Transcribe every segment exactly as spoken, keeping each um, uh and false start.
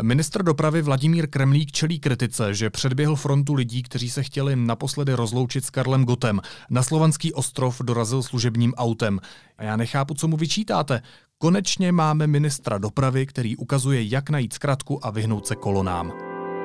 Ministr dopravy Vladimír Kremlík čelí kritice, že předběhl frontu lidí, kteří se chtěli naposledy rozloučit s Karlem Gottem. Na Slovanský ostrov dorazil služebním autem. A já nechápu, co mu vyčítáte. Konečně máme ministra dopravy, který ukazuje, jak najít zkratku a vyhnout se kolonám.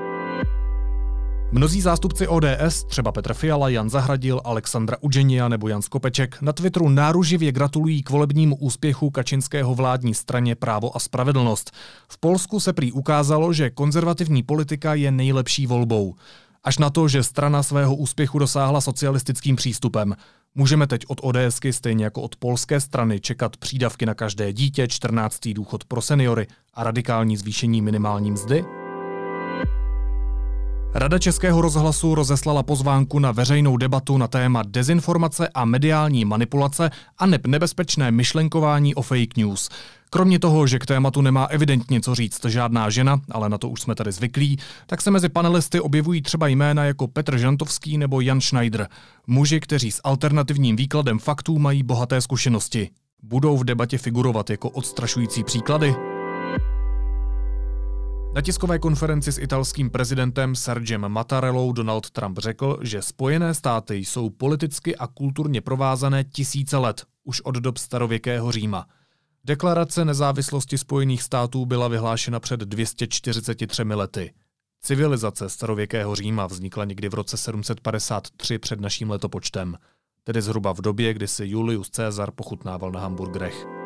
Mnozí zástupci O D S, třeba Petr Fiala, Jan Zahradil, Alexandra Udženija nebo Jan Skopeček, na Twitteru náruživě gratulují k volebnímu úspěchu Kačinského vládní straně Právo a spravedlnost. V Polsku se prý ukázalo, že konzervativní politika je nejlepší volbou. Až na to, že strana svého úspěchu dosáhla socialistickým přístupem. Můžeme teď od ODSky, stejně jako od polské strany, čekat přídavky na každé dítě, čtrnáctý důchod pro seniory a radikální zvýšení minimální mzdy? Rada Českého rozhlasu rozeslala pozvánku na veřejnou debatu na téma dezinformace a mediální manipulace a neb nebezpečné myšlenkování o fake news. Kromě toho, že k tématu nemá evidentně co říct žádná žena, ale na to už jsme tady zvyklí, tak se mezi panelisty objevují třeba jména jako Petr Žantovský nebo Jan Schneider. Muži, kteří s alternativním výkladem faktů mají bohaté zkušenosti. Budou v debatě figurovat jako odstrašující příklady? Na tiskové konferenci s italským prezidentem Sergiem Mattarellou Donald Trump řekl, že Spojené státy jsou politicky a kulturně provázané tisíce let, už od dob starověkého Říma. Deklarace nezávislosti Spojených států byla vyhlášena před dvěma sty čtyřiceti třemi lety. Civilizace starověkého Říma vznikla někdy v roce sedm set padesát tři před naším letopočtem, tedy zhruba v době, kdy si Julius Caesar pochutnával na hamburgerech.